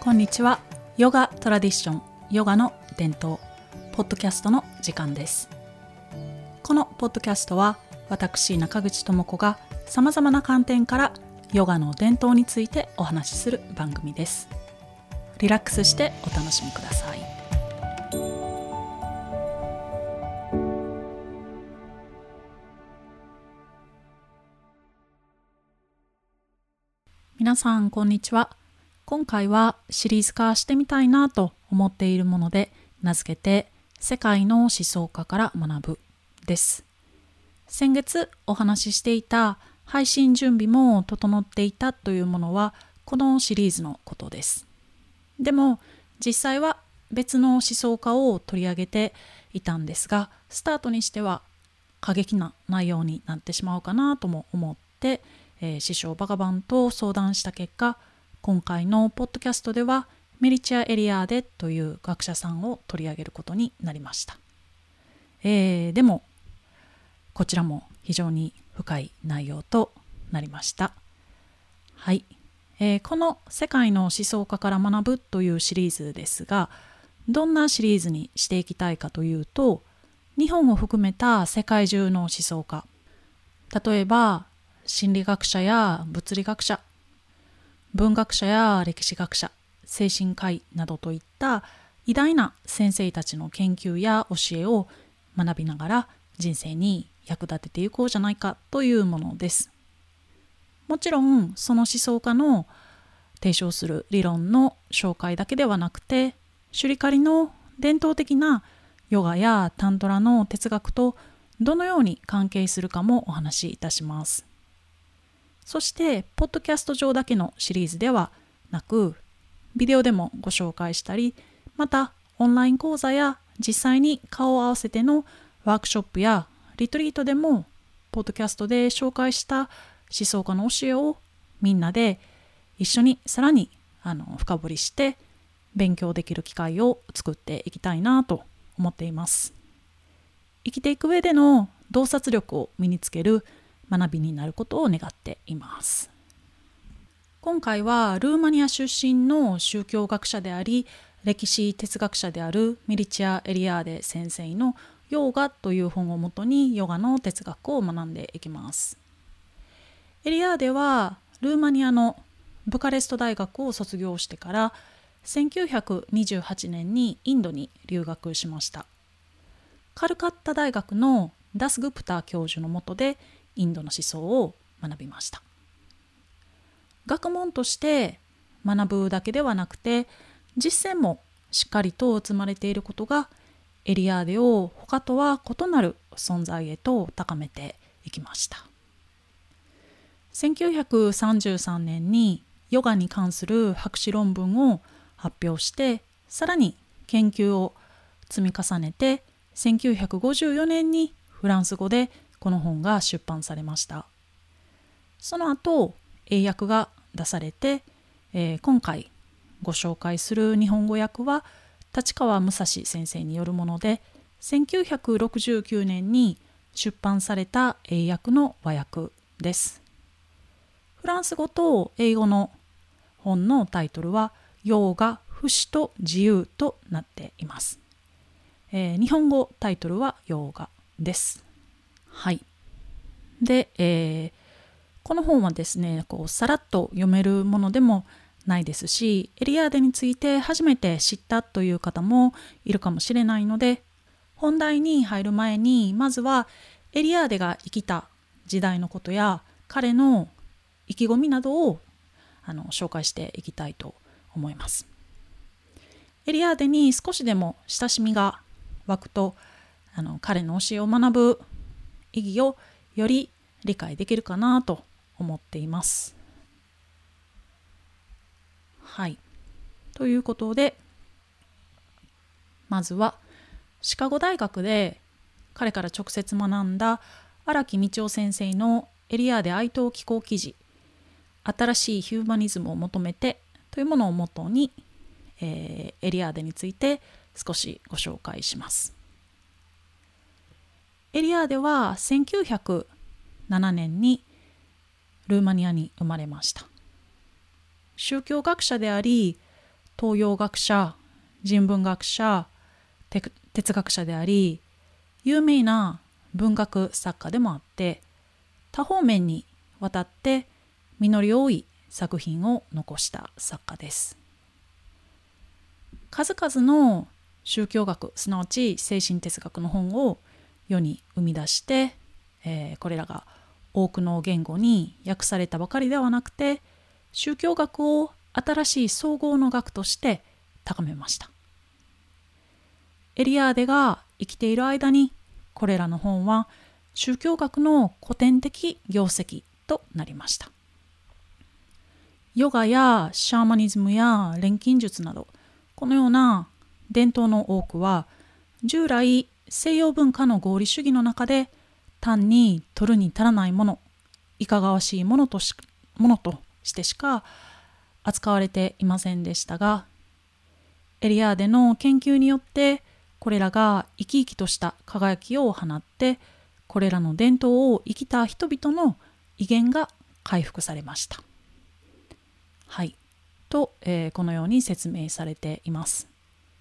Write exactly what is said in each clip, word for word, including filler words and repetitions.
こんにちは。ヨガトラディション、ヨガの伝統ポッドキャストの時間です。このポッドキャストは私中口智子がさまざまな観点からヨガの伝統についてお話しする番組です。リラックスしてお楽しみください。皆さんこんにちは。今回はシリーズ化してみたいなと思っているもので名付けて世界の思想家から学ぶです。先月お話ししていた配信準備も整っていたというものはこのシリーズのことです。でも実際は別の思想家を取り上げていたんですが、スタートにしては過激な内容になってしまうかなとも思って、えー、師匠バガバンと相談した結果、今回のポッドキャストではメリチア・エリアーデという学者さんを取り上げることになりました。えー、でもこちらも非常に深い内容となりました。はい、えー、この世界の思想家から学ぶというシリーズですが、どんなシリーズにしていきたいかというと、日本を含めた世界中の思想家、例えば心理学者や物理学者、文学者や歴史学者、精神科医などといった偉大な先生たちの研究や教えを学びながら人生に役立てていこうじゃないかというものです。もちろんその思想家の提唱する理論の紹介だけではなくて、シュリカリの伝統的なヨガやタントラの哲学とどのように関係するかもお話しいたします。そしてポッドキャスト上だけのシリーズではなく、ビデオでもご紹介したり、またオンライン講座や実際に顔を合わせてのワークショップやリトリートでもポッドキャストで紹介した思想家の教えをみんなで一緒にさらにあの深掘りして勉強できる機会を作っていきたいなと思っています。生きていく上での洞察力を身につける学びになることを願っています。今回はルーマニア出身の宗教学者であり歴史哲学者であるメリチア・エリアーデ先生のヨーガという本をもとにヨガの哲学を学んでいきます。エリアーデはルーマニアのブカレスト大学を卒業してからせんきゅうひゃくにじゅうはちねんにインドに留学しました。カルカッタ大学のダスグプタ教授の下でインドの思想を学びました。学問として学ぶだけではなくて実践もしっかりと積まれていることがエリアーデを他とは異なる存在へと高めていきました。せんきゅうひゃくさんじゅうさんねんにヨガに関する博士論文を発表して、さらに研究を積み重ねてせんきゅうひゃくごじゅうよねんにフランス語でこの本が出版されました。その後英訳が出されて、えー、今回ご紹介する日本語訳は立川武蔵先生によるもので、せんきゅうひゃくろくじゅうきゅうねんに出版された英訳の和訳です。フランス語と英語の本のタイトルはヨーガ、不死と自由となっています。えー、日本語タイトルはヨーガです。はい。で、えー、この本はですね、こうさらっと読めるものでもないですし、エリアーデについて初めて知ったという方もいるかもしれないので、本題に入る前にまずはエリアーデが生きた時代のことや彼の意気込みなどをあの紹介していきたいと思います。エリアーデに少しでも親しみが湧くと、あの彼の教えを学ぶ意義をより理解できるかなと思っています。はい。ということで、まずはシカゴ大学で彼から直接学んだ荒木道夫先生のエリアーデ哀悼寄稿記事、新しいヒューマニズムを求めてというものをもとに、えー、エリアーデについて少しご紹介します。エリアーデはせんきゅうひゃくななねんにルーマニアに生まれました。宗教学者であり東洋学者、人文学者、哲学者であり、有名な文学作家でもあって、多方面にわたって実り多い作品を残した作家です。数々の宗教学、すなわち精神哲学の本を世に生み出して、えー、これらが多くの言語に訳されたばかりではなくて、宗教学を新しい総合の学として高めました。エリアーデが生きている間に、これらの本は宗教学の古典的業績となりました。ヨガやシャーマニズムや錬金術など、このような伝統の多くは、従来西洋文化の合理主義の中で単に取るに足らないもの、いかがわしいものとし、ものとしてしか扱われていませんでしたが、エリアーデの研究によってこれらが生き生きとした輝きを放って、これらの伝統を生きた人々の威厳が回復されました。はい。と、えー、このように説明されています。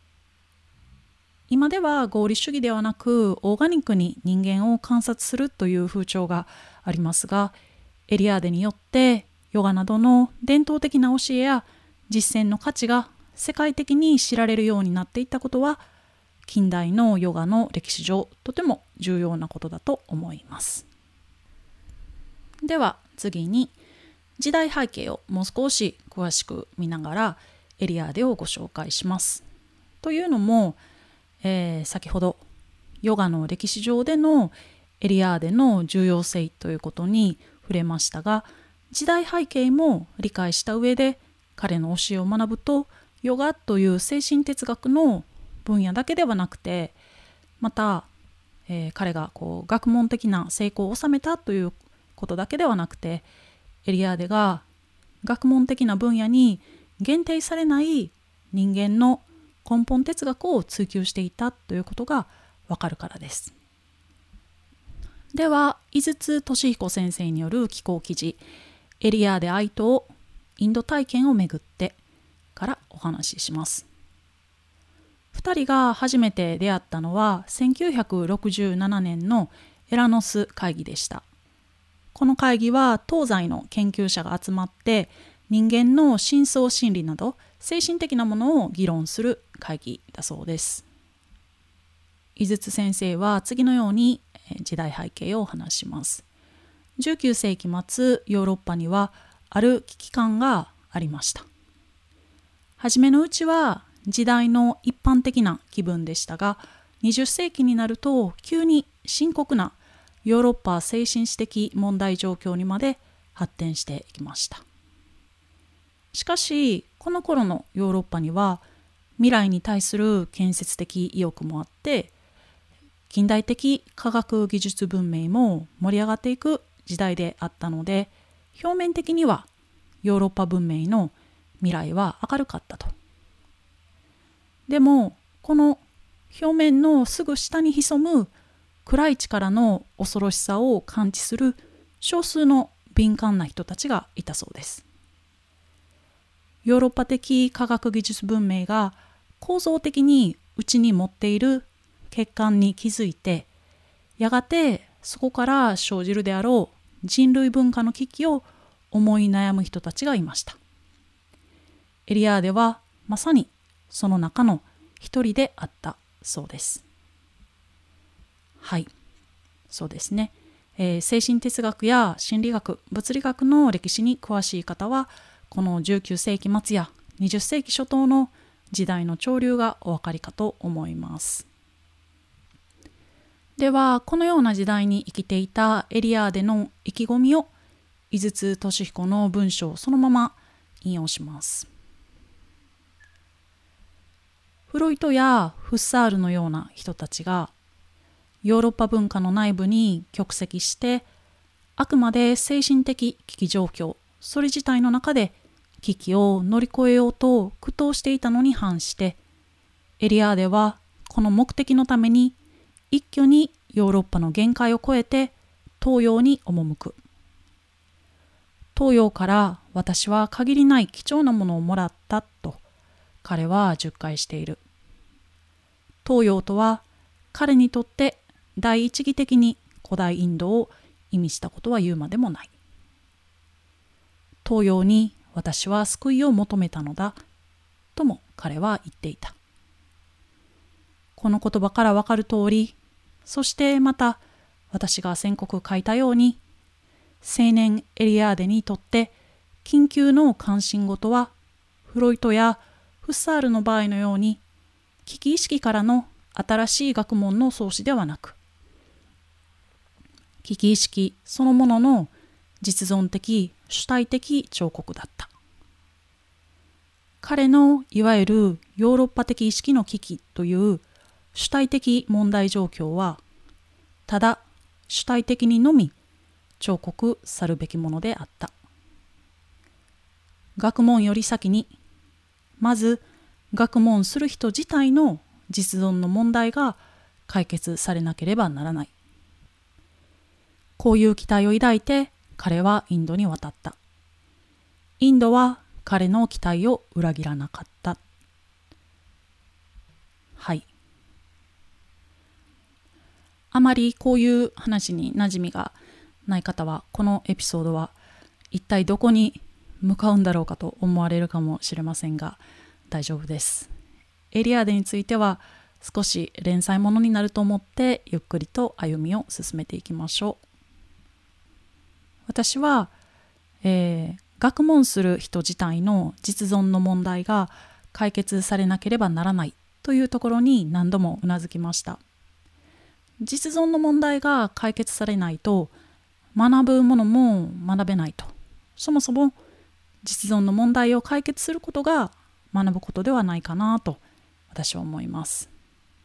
今では合理主義ではなくオーガニックに人間を観察するという風潮がありますが、エリアーデによってヨガなどの伝統的な教えや実践の価値が世界的に知られるようになっていったことは、近代のヨガの歴史上とても重要なことだと思います。では次に時代背景をもう少し詳しく見ながらエリアーデをご紹介します。というのも、えー、先ほどヨガの歴史上でのエリアーデの重要性ということに触れましたが、時代背景も理解した上で彼の教えを学ぶと、ヨガという精神哲学の分野だけではなくて、また、えー、彼がこう学問的な成功を収めたということだけではなくて、エリアーデが学問的な分野に限定されない人間の根本哲学を追求していたということがわかるからです。では、井筒俊彦先生による寄稿記事、エリアーデ愛とインド体験をめぐってからお話しします。二人が初めて出会ったのはせんきゅうひゃくろくじゅうななねんのエラノス会議でした。この会議は東西の研究者が集まって人間の深層心理など精神的なものを議論する会議だそうです。井筒先生は次のように時代背景を話します。じゅうきゅうせいき末、ヨーロッパにはある危機感がありました。はじめのうちは時代の一般的な気分でしたが、にじゅっせいきになると急に深刻なヨーロッパ精神史的問題状況にまで発展していきました。しかし、この頃のヨーロッパには未来に対する建設的意欲もあって、近代的科学技術文明も盛り上がっていく時代であったので、表面的にはヨーロッパ文明の未来は明るかったと。でも、この表面のすぐ下に潜む暗い力の恐ろしさを感知する少数の敏感な人たちがいたそうです。ヨーロッパ的科学技術文明が構造的に内に持っている欠陥に気づいて、やがてそこから生じるであろう人類文化の危機を思い悩む人たちがいました。エリアーデはまさにその中の一人であったそうです。はい、そうですね。えー、精神哲学や心理学、物理学の歴史に詳しい方は、このじゅうきゅうせいき末やにじゅっせいき初頭の時代の潮流がお分かりかと思います。では、このような時代に生きていたエリアーデの意気込みを井筒俊彦の文章をそのまま引用します。フロイトやフッサールのような人たちがヨーロッパ文化の内部に蓄積して、あくまで精神的危機状況、それ自体の中で危機を乗り越えようと苦闘していたのに反して、エリアーデはこの目的のために一挙にヨーロッパの限界を超えて東洋に赴く。東洋から私は限りない貴重なものをもらったと彼は述懐している。東洋とは彼にとって第一義的に古代インドを意味したことは言うまでもない。東洋に私は救いを求めたのだとも彼は言っていた。この言葉からわかる通り、そしてまた私が宣告書いたように、青年エリアーデにとって緊急の関心事はフロイトやフッサールの場合のように危機意識からの新しい学問の創始ではなく、危機意識そのものの実存的主体的彫刻だった。彼のいわゆるヨーロッパ的意識の危機という主体的問題状況は、ただ主体的にのみ彫刻さるべきものであった。学問より先に、まず学問する人自体の実存の問題が解決されなければならない。こういう期待を抱いて彼はインドに渡った。インドは彼の期待を裏切らなかった。はい。あまりこういう話に馴染みがない方は、このエピソードは一体どこに向かうんだろうかと思われるかもしれませんが、大丈夫です。エリアーデについては少し連載ものになると思ってゆっくりと歩みを進めていきましょう。私は、えー、学問する人自体の実存の問題が解決されなければならないというところに何度もうなずきました。実存の問題が解決されないと学ぶものも学べないと。そもそも実存の問題を解決することが学ぶことではないかなと私は思います。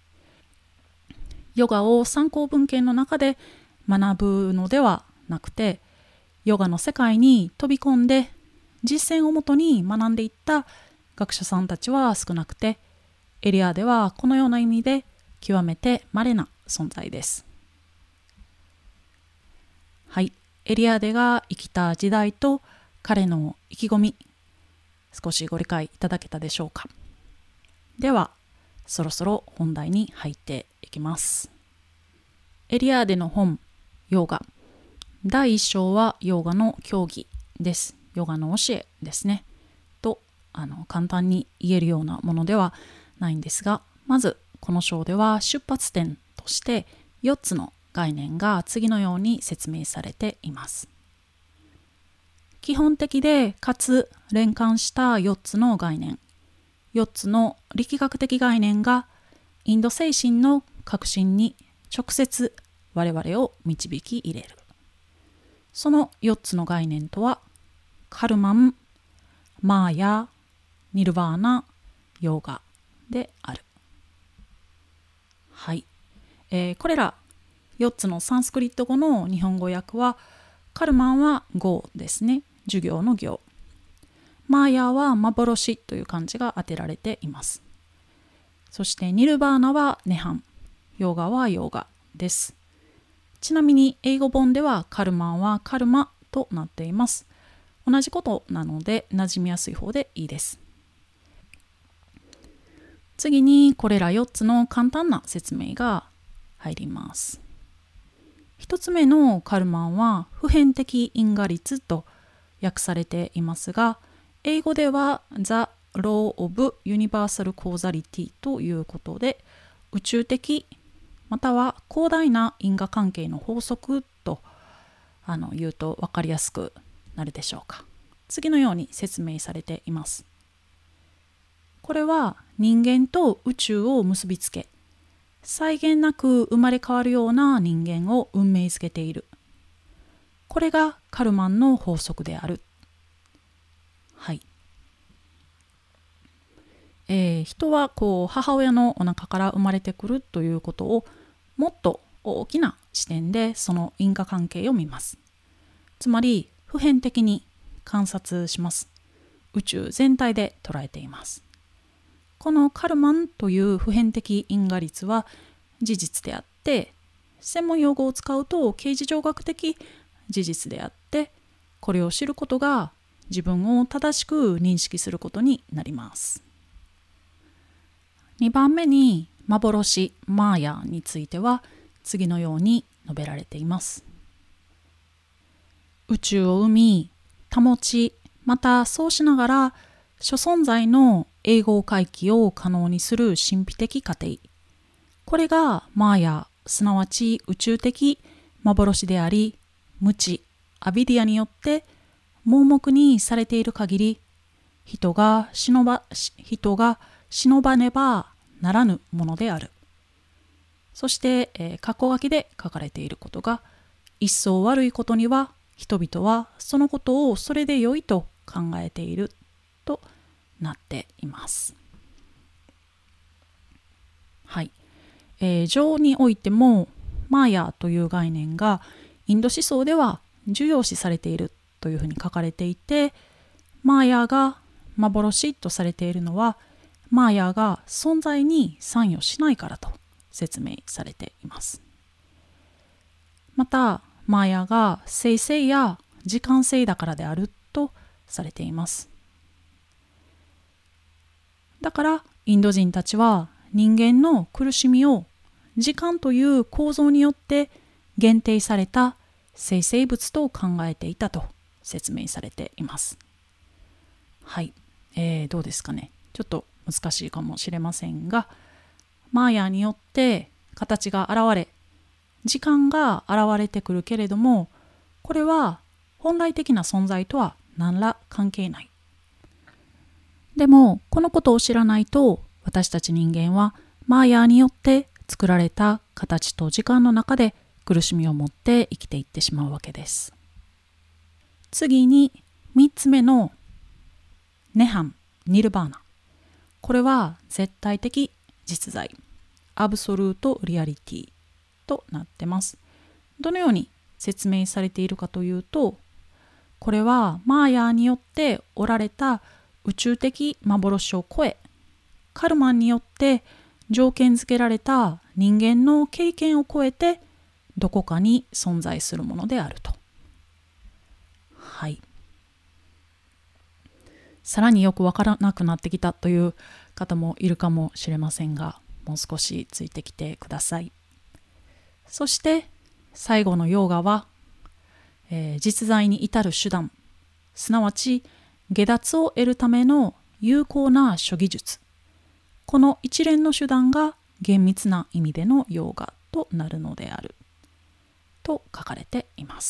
ヨガを参考文献の中で学ぶのではなくて、ヨガの世界に飛び込んで実践をもとに学んでいった学者さんたちは少なくて、エリアではこのような意味で極めて稀な存在です。はい、エリアデが生きた時代と彼の意気込み、少しご理解いただけたでしょうか。ではそろそろ本題に入っていきます。エリアデの本ヨガ、だいいっ章はヨガの教義です。ヨガの教えですね。とあの簡単に言えるようなものではないんですが、まずこの章では出発点としてよっつの概念が次のように説明されています。基本的でかつ連関したよっつの概念、よっつの力学的概念がインド精神の革新に直接我々を導き入れる。そのよっつの概念とはカルマン、マーヤ、ニルバーナ、ヨーガである。はい、えー、これらよっつのサンスクリット語の日本語訳は、カルマンは業ですね、授業の業。マーヤは幻という漢字が当てられています。そしてニルバーナは涅槃、ヨーガはヨーガです。ちなみに英語本ではカルマンはカルマとなっています。同じことなので馴染みやすい方でいいです。次にこれらよっつの簡単な説明が入ります。一つ目のカルマンは普遍的因果律と訳されていますが、英語では The Law of Universal Causality ということで、宇宙的または広大な因果関係の法則とあの言うと分かりやすくなるでしょうか。次のように説明されています。これは人間と宇宙を結びつけ、際限なく生まれ変わるような人間を運命づけている。これがカルマンの法則である。はい。えー、人はこう母親のお腹から生まれてくるということをもっと大きな視点でその因果関係を見ます。つまり普遍的に観察します。宇宙全体で捉えています。このカルマンという普遍的因果律は事実であって、専門用語を使うと形而上学的事実であって、これを知ることが自分を正しく認識することになります。 にばんめに幻マーヤについては次のように述べられています。宇宙を生み、保ち、またそうしながら諸存在の永劫回帰を可能にする神秘的過程。これがマーヤ、すなわち宇宙的幻であり、無知、アビディアによって盲目にされている限り、人が忍ば、人が忍ばねばならぬものである。そして、えー、括弧書きで書かれていることが、一層悪いことには人々はそのことをそれで良いと考えているとなっています。はい。えー、情においてもマーヤという概念がインド思想では重要視されているというふうに書かれていて、マーヤが幻とされているのはマーヤが存在に参与しないからと説明されています。またマーヤが生成や時間性だからであるとされています。だからインド人たちは人間の苦しみを時間という構造によって限定された生成物と考えていたと説明されています。はい、えー、どうですかね。ちょっと難しいかもしれませんが、マーヤによって形が現れ、時間が現れてくるけれども、これは本来的な存在とは何ら関係ない。でもこのことを知らないと、私たち人間はマーヤによって作られた形と時間の中で苦しみを持って生きていってしまうわけです。次にみっつめのネハン、ニルバーナ。これは絶対的実在、アブソルートリアリティとなってます。どのように説明されているかというと、これはマーヤによっておられた宇宙的幻を超え、カルマンによって条件付けられた人間の経験を超えてどこかに存在するものであると。はい。さらによくわからなくなってきたという方もいるかもしれませんが、もう少しついてきてください。そして最後のヨーガは、えー、実在に至る手段、すなわち下脱を得るための有効な諸技術。この一連の手段が厳密な意味でのヨーガとなるのであると書かれています。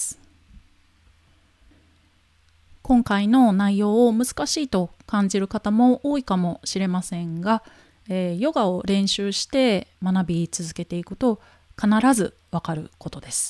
今回の内容を難しいと感じる方も多いかもしれませんが、えー、ヨガを練習して学び続けていくと必ずわかることです。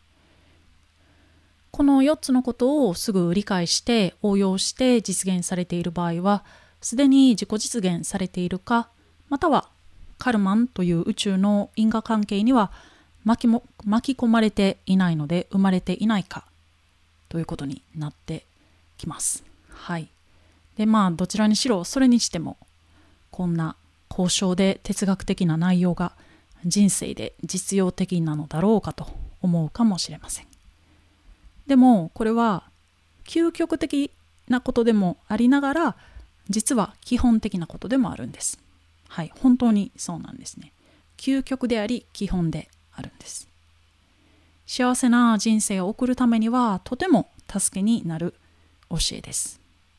このよっつのことをすぐ理解して応用して実現されている場合は、すでに自己実現されているか、またはカルマンという宇宙の因果関係には巻きも巻き込まれていないので生まれていないかということになってきます。はい。で、まあどちらにしろそれにしてもこんな高尚で哲学的な内容が人生で実用的なのだろうかと思うかもしれません。でもこれは究極的なことでもありながら、実は基本的なことでもあるんです。はい、本当にそうなんですね。究極であり基本であるんです。幸せな人生を送るためにはとても助けになる教えです。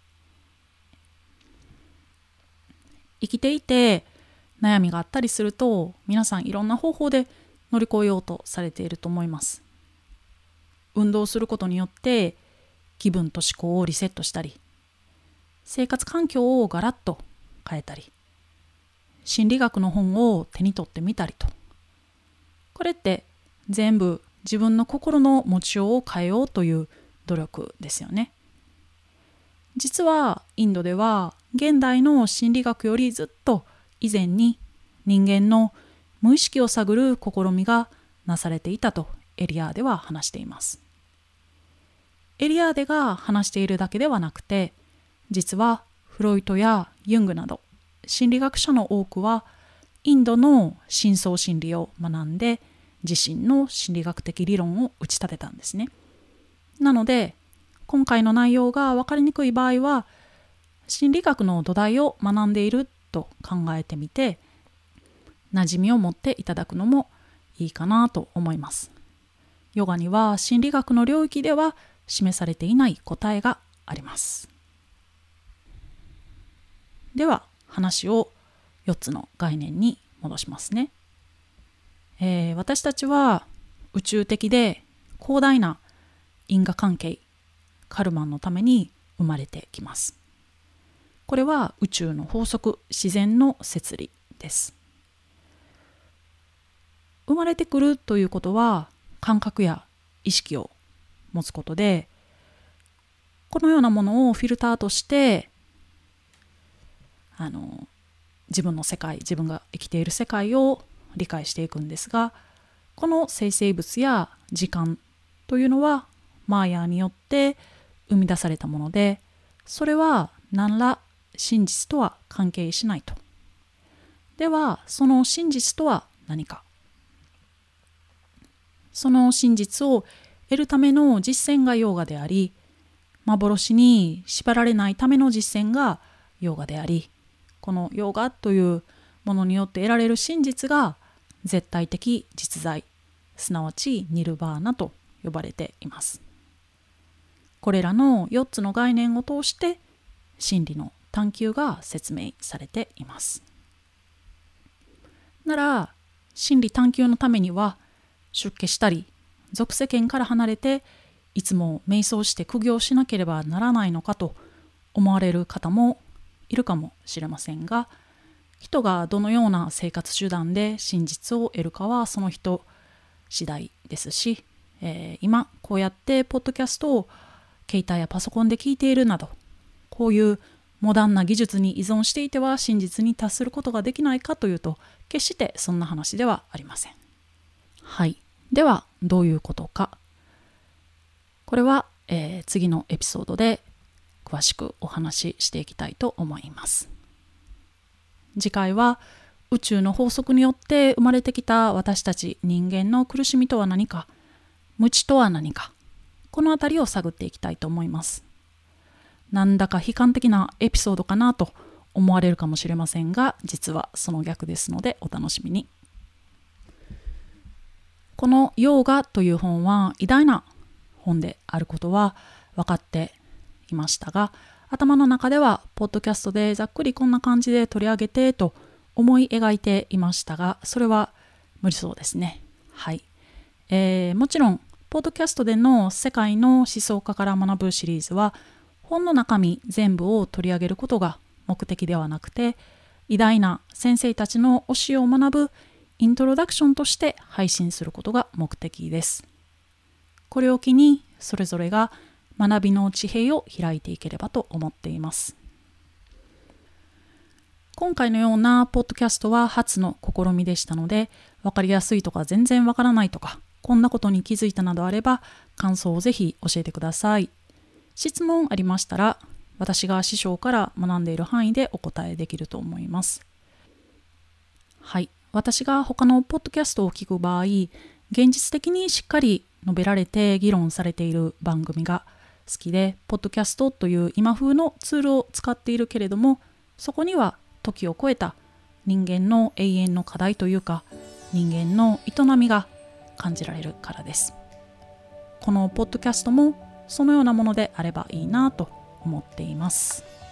生きていて悩みがあったりすると、皆さんいろんな方法で乗り越えようとされていると思います。運動することによって気分と思考をリセットしたり、生活環境をガラッと変えたり、心理学の本を手に取ってみたりと。これって全部自分の心の持ちようを変えようという努力ですよね。実はインドでは現代の心理学よりずっと以前に人間の無意識を探る試みがなされていたとエリアーデは話しています。エリアーデが話しているだけではなくて、実はフロイトやユングなど心理学者の多くはインドの深層心理を学んで自身の心理学的理論を打ち立てたんですね。なので今回の内容が分かりにくい場合は、心理学の土台を学んでいると考えてみて馴染みを持っていただくのもいいかなと思います。ヨガには心理学の領域では示されていない答えがあります。では話をよっつの概念に戻しますね。えー、私たちは宇宙的で広大な因果関係、カルマンのために生まれてきます。これは宇宙の法則、自然の摂理です。生まれてくるということは感覚や意識を持つことで、このようなものをフィルターとしてあの自分の世界、自分が生きている世界を理解していくんですが、この生成物や時間というのはマーヤによって生み出されたもので、それは何ら真実とは関係しないと。ではその真実とは何か。その真実を得るための実践がヨーガであり、幻に縛られないための実践がヨーガであり、このヨーガというものによって得られる真実が絶対的実在、すなわちニルバーナと呼ばれています。これらのよっつの概念を通して真理の探求が説明されています。なら真理探求のためには出家したり俗世間から離れていつも瞑想して苦行しなければならないのかと思われる方もいるかもしれませんが、人がどのような生活手段で真実を得るかはその人次第ですし、えー、今こうやってポッドキャストを携帯やパソコンで聞いているなど、こういうモダンな技術に依存していては真実に達することができないかというと、決してそんな話ではありません。はい、ではどういうことか、これは、えー、次のエピソードで詳しくお話ししていきたいと思います。次回は宇宙の法則によって生まれてきた私たち人間の苦しみとは何か、無知とは何か、このあたりを探っていきたいと思います。なんだか悲観的なエピソードかなと思われるかもしれませんが、実はその逆ですのでお楽しみに。このヨーガという本は偉大な本であることは分かっていましたが、頭の中ではポッドキャストでざっくりこんな感じで取り上げてと思い描いていましたが、それは無理そうですね。はい、えー、もちろんポッドキャストでの世界の思想家から学ぶシリーズは本の中身全部を取り上げることが目的ではなくて、偉大な先生たちの教えを学ぶイントロダクションとして配信することが目的です。これを機にそれぞれが学びの地平を開いていければと思っています。今回のようなポッドキャストは初の試みでしたので、分かりやすいとか全然分からないとか、こんなことに気づいたなどあれば感想をぜひ教えてください。質問ありましたら私が師匠から学んでいる範囲でお答えできると思います。はい、私が他のポッドキャストを聞く場合、現実的にしっかり述べられて議論されている番組が好きで、ポッドキャストという今風のツールを使っているけれども、そこには時を超えた人間の永遠の課題というか、人間の営みが感じられるからです。このポッドキャストもそのようなものであればいいなと思っています。